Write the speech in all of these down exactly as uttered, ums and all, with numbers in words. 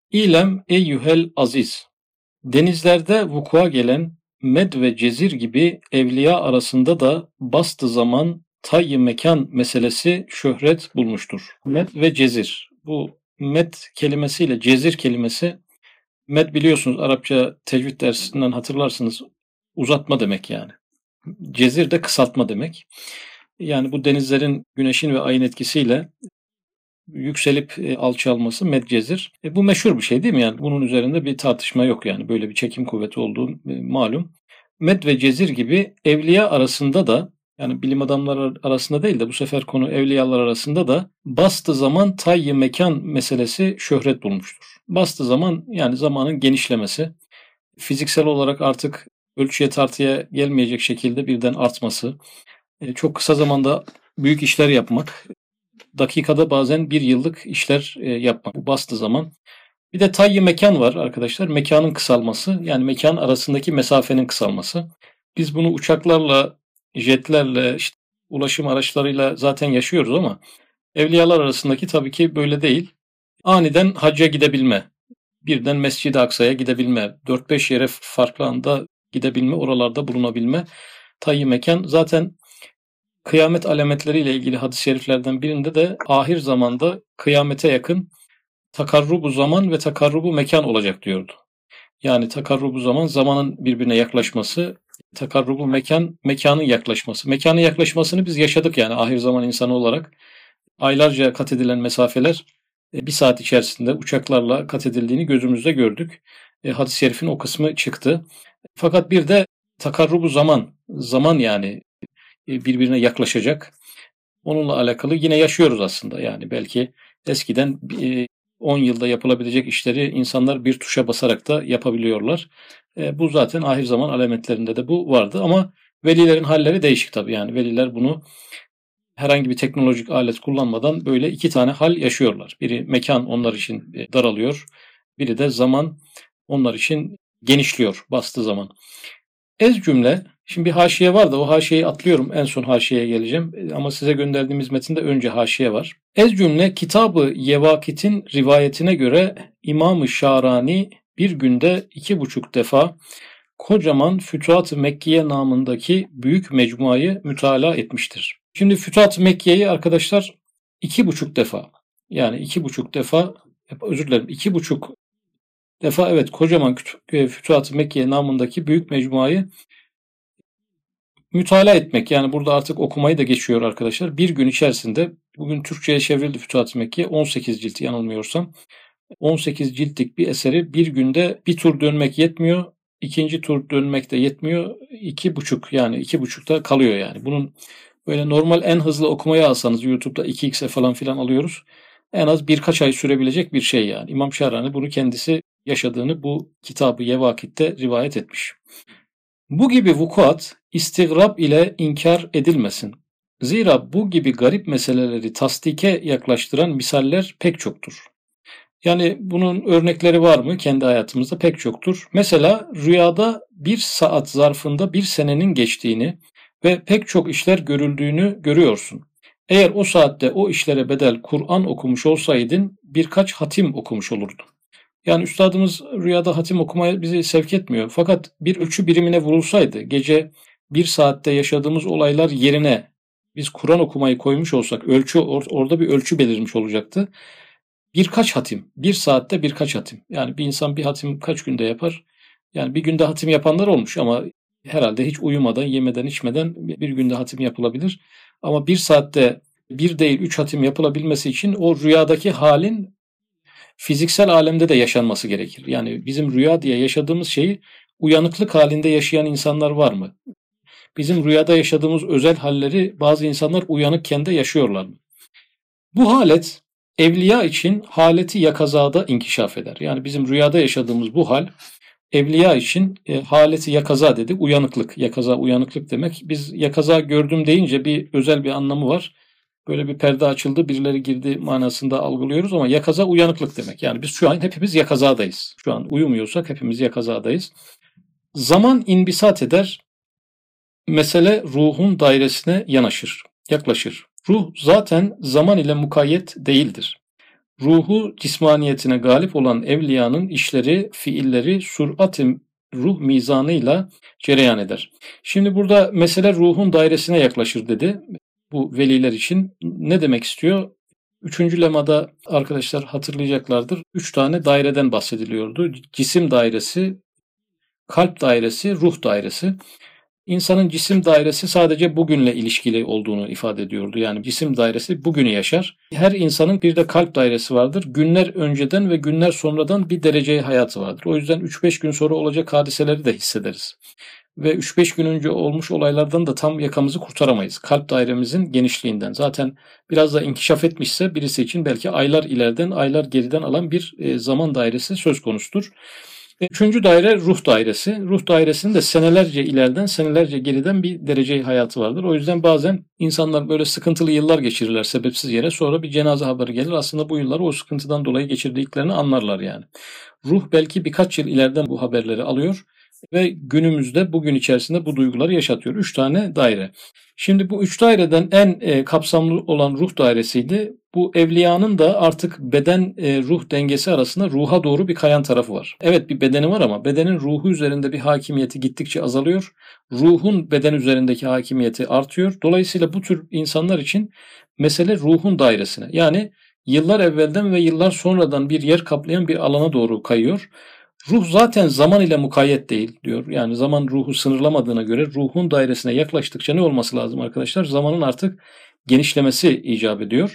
İlem eyyuhel aziz. Denizlerde vukua gelen med ve cezir gibi evliya arasında da bastı zaman tayyi mekan meselesi şöhret bulmuştur. Med ve cezir. Bu med kelimesiyle cezir kelimesi, med biliyorsunuz Arapça tecvid dersinden hatırlarsınız, uzatma demek yani. Cezir de kısaltma demek. Yani bu denizlerin güneşin ve ayın etkisiyle yükselip e, alçalması medcezir. E, bu meşhur bir şey değil mi? Yani bunun üzerinde bir tartışma yok yani. Böyle bir çekim kuvveti olduğu e, malum. Med ve cezir gibi evliya arasında da, yani bilim adamları arasında değil de bu sefer konu evliyalar arasında da bastı zaman tayyi mekan meselesi şöhret bulmuştur. Bastı zaman yani zamanın genişlemesi, fiziksel olarak artık ölçüye tartıya gelmeyecek şekilde birden artması, e, çok kısa zamanda büyük işler yapmak, dakikada bazen bir yıllık işler e, yapmak. Bu bastı zaman. Bir de tayyi mekan var arkadaşlar. Mekanın kısalması, yani mekan arasındaki mesafenin kısalması. Biz bunu uçaklarla, jetlerle, işte ulaşım araçlarıyla zaten yaşıyoruz ama evliyalar arasındaki tabii ki böyle değil. Aniden hacca gidebilme, birden Mescid-i Aksa'ya gidebilme, dört beş yere farklı anda gidebilme, oralarda bulunabilme. Tayyi mekan zaten kıyamet alametleriyle ilgili hadis-i şeriflerden birinde de ahir zamanda kıyamete yakın takarrubu zaman ve takarrubu mekan olacak diyordu. Yani takarrubu zaman, zamanın birbirine yaklaşması, takarrubu mekan, mekanın yaklaşması. Mekanın yaklaşmasını biz yaşadık yani ahir zaman insanı olarak. Aylarca kat edilen mesafeler bir saat içerisinde uçaklarla kat edildiğini gözümüzde gördük. E, hadis-i şerifin o kısmı çıktı. Fakat bir de takarrubu zaman, zaman yani birbirine yaklaşacak. Onunla alakalı yine yaşıyoruz aslında. Yani belki eskiden on yılda yapılabilecek işleri insanlar bir tuşa basarak da yapabiliyorlar. E, bu zaten ahir zaman alametlerinde de bu vardı ama velilerin halleri değişik tabii. Yani veliler bunu herhangi bir teknolojik alet kullanmadan böyle iki tane hal yaşıyorlar. Biri mekan onlar için daralıyor, biri de zaman onlar için genişliyor bastığı zaman. Ez cümle, şimdi bir haşiye var da o haşiyeyi atlıyorum, en son haşiyeye geleceğim ama size gönderdiğimiz metinde önce haşiye var. Ez cümle Kitab-ı Yevakit'in rivayetine göre İmam-ı Şarani bir günde iki buçuk defa kocaman Fütuhat-ı Mekkiye namındaki büyük mecmuayı mütalaa etmiştir. Şimdi Fütuhat-ı Mekkiye'yi arkadaşlar iki buçuk defa, yani iki buçuk defa, özür dilerim iki buçuk defa evet kocaman Fütuhat-ı Mekkiye namındaki büyük mecmuayı mütalaa etmek, yani burada artık okumayı da geçiyor arkadaşlar. Bir gün içerisinde, bugün Türkçe'ye çevrildi Fütuhat-ı Mekkiye, on sekiz cilt yanılmıyorsam. on sekiz ciltlik bir eseri bir günde bir tur dönmek yetmiyor. İkinci tur dönmek de yetmiyor. İki buçuk, yani iki buçukta kalıyor yani. Bunun böyle normal en hızlı okumayı alsanız YouTube'da iki x'e falan filan alıyoruz. En az birkaç ay sürebilecek bir şey yani. İmam Şahrani bunu kendisi yaşadığını bu Kitab-ı Yevakit'te rivayet etmiş. Bu gibi vukuat istigrab ile inkar edilmesin. Zira bu gibi garip meseleleri tasdike yaklaştıran misaller pek çoktur. Yani bunun örnekleri var mı kendi hayatımızda? Pek çoktur. Mesela rüyada bir saat zarfında bir senenin geçtiğini ve pek çok işler görüldüğünü görüyorsun. Eğer o saatte o işlere bedel Kur'an okumuş olsaydın birkaç hatim okumuş olurdun. Yani üstadımız rüyada hatim okumaya bizi sevk etmiyor. Fakat bir ölçü birimine vurulsaydı, gece bir saatte yaşadığımız olaylar yerine biz Kur'an okumayı koymuş olsak, ölçü or- orada bir ölçü belirmiş olacaktı. Birkaç hatim, bir saatte birkaç hatim. Yani bir insan bir hatim kaç günde yapar? Yani bir günde hatim yapanlar olmuş ama herhalde hiç uyumadan, yemeden, içmeden bir günde hatim yapılabilir. Ama bir saatte bir değil üç hatim yapılabilmesi için o rüyadaki halin fiziksel alemde de yaşanması gerekir. Yani bizim rüya diye yaşadığımız şeyi uyanıklık halinde yaşayan insanlar var mı? Bizim rüyada yaşadığımız özel halleri bazı insanlar uyanıkken de yaşıyorlar mı? Bu halet evliya için haleti yakazada inkişaf eder. Yani bizim rüyada yaşadığımız bu hal evliya için e, haleti yakaza dedik. Uyanıklık, yakaza uyanıklık demek. Biz yakaza gördüm deyince bir özel bir anlamı var. Böyle bir perde açıldı, birileri girdi manasında algılıyoruz ama yakaza uyanıklık demek. Yani biz şu an hepimiz yakazadayız. Şu an uyumuyorsak hepimiz yakazadayız. Zaman inbisat eder, mesele ruhun dairesine yanaşır, yaklaşır. Ruh zaten zaman ile mukayyet değildir. ruhu cismaniyetine galip olan evliyanın işleri, fiilleri sürat-i ruh mizanıyla cereyan eder. Şimdi burada mesele ruhun dairesine yaklaşır dedi. Bu veliler için ne demek istiyor? Üçüncü lemada arkadaşlar hatırlayacaklardır. Üç tane daireden bahsediliyordu. Cisim dairesi, kalp dairesi, ruh dairesi. İnsanın cisim dairesi sadece bugünle ilişkili olduğunu ifade ediyordu. Yani cisim dairesi bugünü yaşar. Her insanın bir de kalp dairesi vardır. Günler önceden ve günler sonradan bir dereceye hayatı vardır. O yüzden üç beş gün sonra olacak hadiseleri de hissederiz. Ve üç beş gün önce olmuş olaylardan da tam yakamızı kurtaramayız. Kalp dairemizin genişliğinden. Zaten biraz da inkişaf etmişse birisi için belki aylar ileriden, aylar geriden alan bir zaman dairesi söz konusudur. Üçüncü daire ruh dairesi. Ruh dairesinin de senelerce ileriden, senelerce geriden bir derece hayatı vardır. O yüzden bazen insanlar böyle sıkıntılı yıllar geçirirler sebepsiz yere. Sonra bir cenaze haberi gelir. Aslında bu yılları o sıkıntıdan dolayı geçirdiklerini anlarlar yani. Ruh belki birkaç yıl ileriden bu haberleri alıyor ve günümüzde bugün içerisinde bu duyguları yaşatıyor. Üç tane daire. Şimdi bu üç daireden en e, kapsamlı olan ruh dairesiydi. Bu evliyanın da artık beden e, ruh dengesi arasında ruha doğru bir kayan tarafı var. Evet bir bedeni var ama bedenin ruhu üzerinde bir hakimiyeti gittikçe azalıyor. Ruhun beden üzerindeki hakimiyeti artıyor. Dolayısıyla bu tür insanlar için mesele ruhun dairesine. Yani yıllar evvelden ve yıllar sonradan bir yer kaplayan bir alana doğru kayıyor. Ruh zaten zaman ile mukayyet değil diyor. Yani zaman ruhu sınırlamadığına göre ruhun dairesine yaklaştıkça ne olması lazım arkadaşlar? Zamanın artık genişlemesi icap ediyor.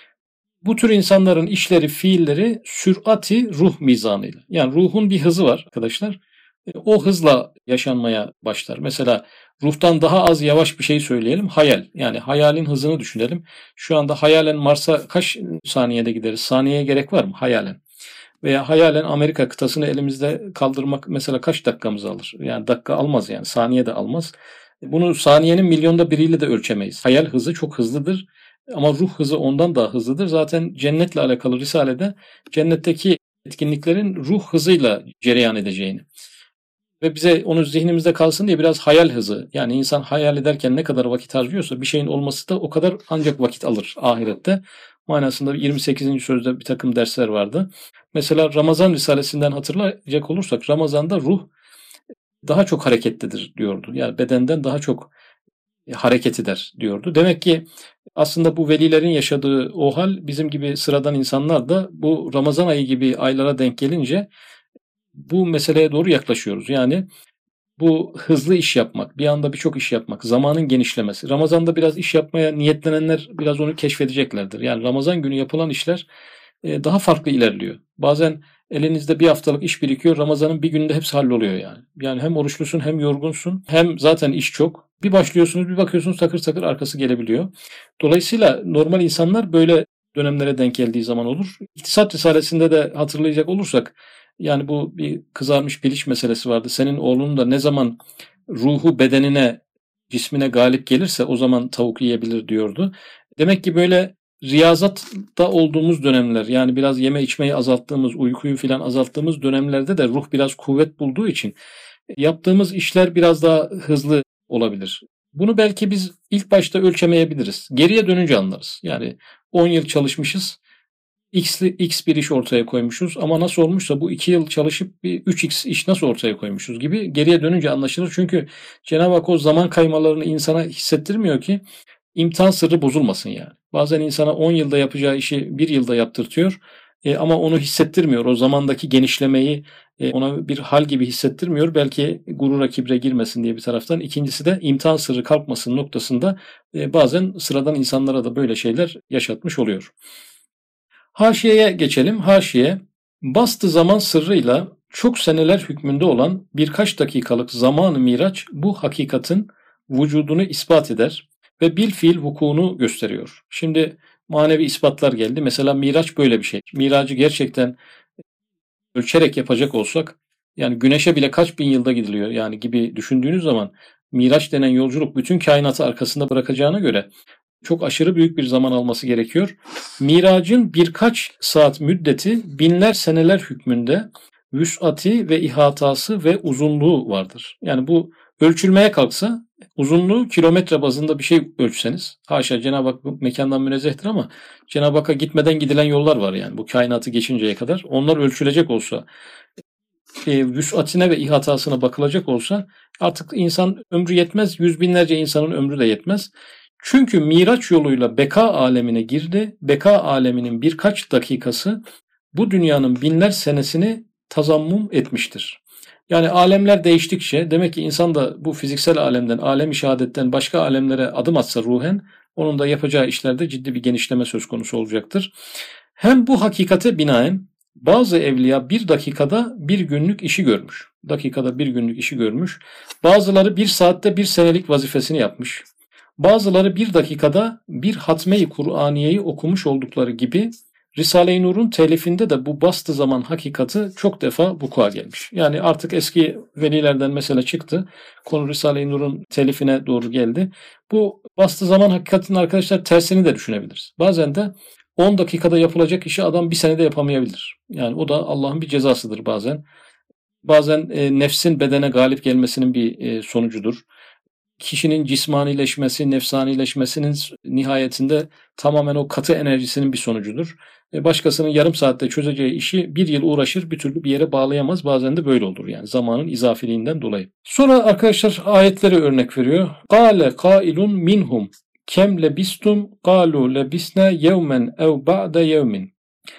Bu tür insanların işleri, fiilleri sürati ruh mizanıyla. Yani ruhun bir hızı var arkadaşlar. O hızla yaşanmaya başlar. Mesela ruhtan daha az yavaş bir şey söyleyelim. Hayal. Yani hayalin hızını düşünelim. Şu anda hayalen Mars'a kaç saniyede gideriz? Saniyeye gerek var mı? Hayalen. Veya hayalen Amerika kıtasını elimizde kaldırmak mesela kaç dakikamızı alır? Yani dakika almaz yani saniye de almaz. Bunu saniyenin milyonda biriyle de ölçemeyiz. Hayal hızı çok hızlıdır ama ruh hızı ondan daha hızlıdır. Zaten cennetle alakalı Risale'de cennetteki etkinliklerin ruh hızıyla cereyan edeceğini ve bize onu zihnimizde kalsın diye biraz hayal hızı, yani insan hayal ederken ne kadar vakit harcıyorsa bir şeyin olması da o kadar ancak vakit alır ahirette. Manasında yirmi sekizinci sözde bir takım dersler vardı. Mesela Ramazan Risalesinden hatırlayacak olursak Ramazan'da ruh daha çok hareketlidir diyordu. Yani bedenden daha çok hareket eder diyordu. Demek ki aslında bu velilerin yaşadığı o hal bizim gibi sıradan insanlar da bu Ramazan ayı gibi aylara denk gelince bu meseleye doğru yaklaşıyoruz. Yani bu hızlı iş yapmak, bir anda birçok iş yapmak, zamanın genişlemesi. Ramazan'da biraz iş yapmaya niyetlenenler biraz onu keşfedeceklerdir. Yani Ramazan günü yapılan işler daha farklı ilerliyor. Bazen elinizde bir haftalık iş birikiyor, Ramazan'ın bir günde hepsi halloluyor yani. Yani hem oruçlusun hem yorgunsun hem zaten iş çok. Bir başlıyorsunuz bir bakıyorsunuz takır takır arkası gelebiliyor. Dolayısıyla normal insanlar böyle dönemlere denk geldiği zaman olur. İktisat Risalesi'nde de hatırlayacak olursak yani bu bir kızarmış piliç meselesi vardı. Senin oğlun da ne zaman ruhu bedenine, cismine galip gelirse o zaman tavuk yiyebilir diyordu. Demek ki böyle riyazatta olduğumuz dönemler, yani biraz yeme içmeyi azalttığımız, uykuyu filan azalttığımız dönemlerde de ruh biraz kuvvet bulduğu için yaptığımız işler biraz daha hızlı olabilir. Bunu belki biz ilk başta ölçemeyebiliriz. Geriye dönünce anlarız. Yani on yıl çalışmışız. X'li, X bir iş ortaya koymuşuz ama nasıl olmuşsa bu iki yıl çalışıp bir üç x iş nasıl ortaya koymuşuz gibi geriye dönünce anlaşılır. Çünkü Cenab-ı Hak o zaman kaymalarını insana hissettirmiyor ki imtihan sırrı bozulmasın yani. Bazen insana on yılda yapacağı işi bir yılda yaptırtıyor e, ama onu hissettirmiyor. O zamandaki genişlemeyi e, ona bir hal gibi hissettirmiyor. Belki gurura kibre girmesin diye bir taraftan. İkincisi de imtihan sırrı kalkmasın noktasında e, bazen sıradan insanlara da böyle şeyler yaşatmış oluyor. Haşiyeye geçelim. Haşiye, bastı zaman sırrıyla çok seneler hükmünde olan birkaç dakikalık zaman-ı miraç bu hakikatin vücudunu ispat eder ve bilfiil vukuunu gösteriyor. Şimdi manevi ispatlar geldi. Mesela miraç böyle bir şey. Miracı gerçekten ölçerek yapacak olsak, yani güneşe bile kaç bin yılda gidiliyor yani gibi düşündüğünüz zaman miraç denen yolculuk bütün kainatı arkasında bırakacağına göre çok aşırı büyük bir zaman alması gerekiyor. Miracın birkaç saat müddeti binler seneler hükmünde vüs'ati ve ihatası ve uzunluğu vardır. Yani bu ölçülmeye kalksa Uzunluğu kilometre bazında bir şey ölçseniz, haşa Cenab-ı Hak mekandan münezzehtir ama Cenab-ı Hak'a gitmeden gidilen yollar var yani bu kainatı geçinceye kadar. Onlar ölçülecek olsa, e, vüs'atine ve ihatasına bakılacak olsa artık insan ömrü yetmez, yüz binlerce insanın ömrü de yetmez. Çünkü Miraç yoluyla beka alemine girdi. Beka aleminin birkaç dakikası bu dünyanın binler senesini tazammum etmiştir. Yani alemler değiştikçe demek ki insan da bu fiziksel alemden, alem-i şehadetten başka alemlere adım atsa ruhen onun da yapacağı işlerde ciddi bir genişleme söz konusu olacaktır. Hem bu hakikate binaen bazı evliya bir dakikada bir günlük işi görmüş. Dakikada bir günlük işi görmüş. Bazıları bir saatte bir senelik vazifesini yapmış. Bazıları bir dakikada bir hatme-i Kur'aniyeyi okumuş oldukları gibi Risale-i Nur'un telifinde de bu bastı zaman hakikati çok defa vuku'a gelmiş. Yani artık eski velilerden mesela çıktı. Konu Risale-i Nur'un telifine doğru geldi. Bu bastı zaman hakikatinin arkadaşlar tersini de düşünebiliriz. Bazen de on dakikada yapılacak işi adam bir senede yapamayabilir. Yani o da Allah'ın bir cezasıdır bazen. Bazen e, nefsin bedene galip gelmesinin bir e, sonucudur. Kişinin cismanileşmesi, nefsanileşmesinin nihayetinde tamamen o katı enerjisinin bir sonucudur. E, başkasının yarım saatte çözeceği işi bir yıl uğraşır, bir türlü bir yere bağlayamaz. Bazen de böyle olur yani zamanın izafiliğinden dolayı. Sonra arkadaşlar ayetleri örnek veriyor. Kâle kâilun minhum kem lebistum kâlu lebisne yevmen ev ba'de yevmin.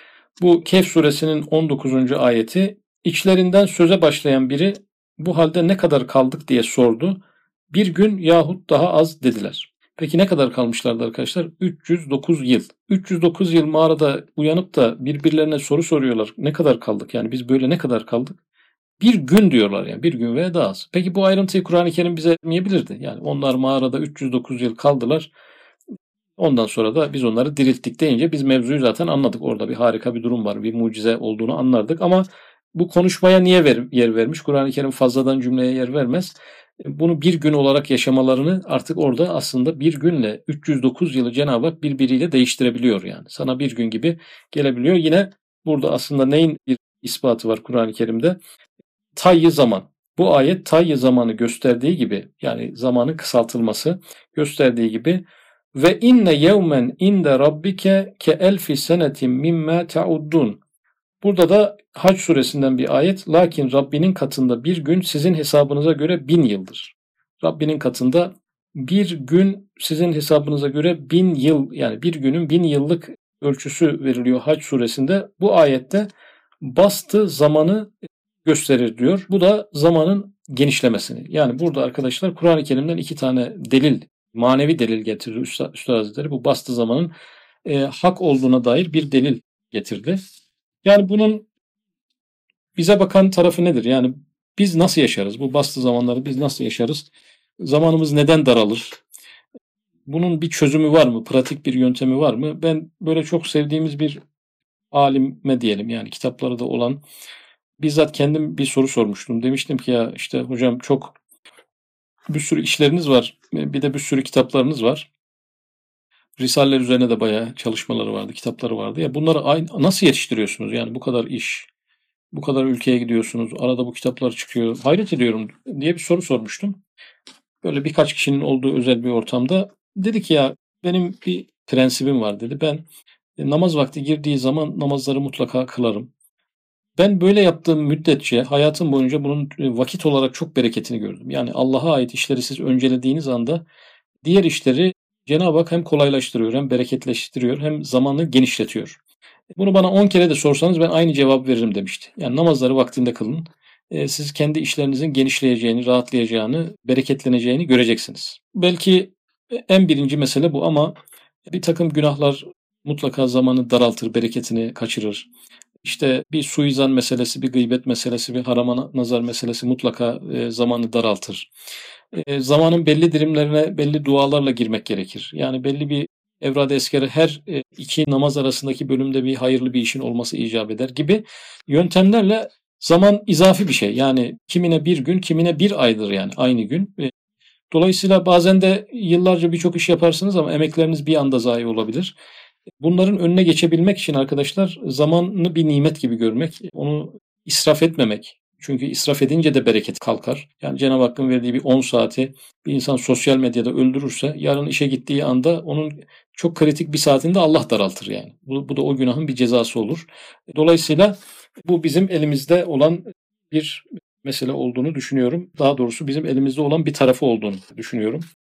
Bu Kehf suresinin on dokuzuncu ayeti. İçlerinden söze başlayan biri bu halde ne kadar kaldık diye sordu. Bir gün yahut daha az dediler. Peki ne kadar kalmışlardı arkadaşlar? üç yüz dokuz yıl. üç yüz dokuz yıl mağarada uyanıp da birbirlerine soru soruyorlar. Ne kadar kaldık? Yani biz böyle ne kadar kaldık? Bir gün diyorlar yani. Bir gün veya daha az. Peki bu ayrıntıyı Kur'an-ı Kerim bize vermeyebilirdi. Yani onlar mağarada üç yüz dokuz yıl kaldılar. Ondan sonra da biz onları dirilttik deyince biz mevzuyu zaten anladık. Orada bir harika bir durum var. Bir mucize olduğunu anlardık ama bu konuşmaya niye ver, yer vermiş? Kur'an-ı Kerim fazladan cümleye yer vermez. Bunu bir gün olarak yaşamalarını artık orada aslında bir günle üç yüz dokuz yılı Cenab-ı Hak birbiriyle değiştirebiliyor yani. Sana bir gün gibi gelebiliyor. Yine burada aslında neyin bir ispatı var Kur'an-ı Kerim'de? Tayyi zaman. Bu ayet tayyi zamanı gösterdiği gibi yani zamanın kısaltılması gösterdiği gibi ve inne yevmen inde rabbike ke elfi senetin mimme ta'uddun. Burada da Hac suresinden bir ayet. Lakin Rabbinin katında bir gün sizin hesabınıza göre bin yıldır. Rabbinin katında bir gün sizin hesabınıza göre bin yıl yani bir günün bin yıllık ölçüsü veriliyor Hac suresinde. Bu ayette bastı zamanı gösterir diyor. Bu da zamanın genişlemesini. Yani burada arkadaşlar Kur'an-ı Kerim'den iki tane delil, manevi delil getirir Üstad, Üstad Hazretleri. Bu bastı zamanın e, hak olduğuna dair bir delil getirdi. Yani bunun bize bakan tarafı nedir? Yani biz nasıl yaşarız? Bu bastı zamanları biz nasıl yaşarız? Zamanımız neden daralır? Bunun bir çözümü var mı? Pratik bir yöntemi var mı? Ben böyle çok sevdiğimiz bir alime diyelim yani kitapları da olan bizzat kendim bir soru sormuştum. Demiştim ki ya işte hocam çok bir sürü işleriniz var. Bir de bir sürü kitaplarınız var. Risaleler üzerine de bayağı çalışmaları vardı, kitapları vardı. Ya bunları aynı, nasıl yetiştiriyorsunuz? Yani bu kadar iş, bu kadar ülkeye gidiyorsunuz, arada bu kitaplar çıkıyor. Hayret ediyorum diye bir soru sormuştum. Böyle birkaç kişinin olduğu özel bir ortamda. Dedi ki ya benim bir prensibim var dedi. Ben e, namaz vakti girdiği zaman namazları mutlaka kılarım. Ben böyle yaptığım müddetçe hayatım boyunca bunun e, vakit olarak çok bereketini gördüm. Yani Allah'a ait işleri siz öncelediğiniz anda diğer işleri Cenab-ı Hak hem kolaylaştırıyor hem bereketleştiriyor hem zamanı genişletiyor. Bunu bana on kere de sorsanız ben aynı cevabı veririm demişti. Yani namazları vaktinde kılın. E, siz kendi işlerinizin genişleyeceğini, rahatlayacağını, bereketleneceğini göreceksiniz. Belki en birinci mesele bu ama bir takım günahlar mutlaka zamanı daraltır, bereketini kaçırır. İşte bir suizan meselesi, bir gıybet meselesi, bir harama nazar meselesi mutlaka e, zamanı daraltır. E, zamanın belli dilimlerine belli dualarla girmek gerekir. Yani belli bir evrad-ı eskere her e, iki namaz arasındaki bölümde bir hayırlı bir işin olması icap eder gibi yöntemlerle zaman izafi bir şey. Yani kimine bir gün, kimine bir aydır yani aynı gün. E, dolayısıyla bazen de yıllarca birçok iş yaparsınız ama emekleriniz bir anda zayi olabilir. Bunların önüne geçebilmek için arkadaşlar zamanını bir nimet gibi görmek, onu israf etmemek, Çünkü israf edince de bereket kalkar. Yani Cenab-ı Hakk'ın verdiği bir on saati bir insan sosyal medyada öldürürse yarın işe gittiği anda onun çok kritik bir saatinde Allah daraltır yani. Bu, bu da o günahın bir cezası olur. Dolayısıyla bu bizim elimizde olan bir mesele olduğunu düşünüyorum. Daha doğrusu bizim elimizde olan bir tarafı olduğunu düşünüyorum.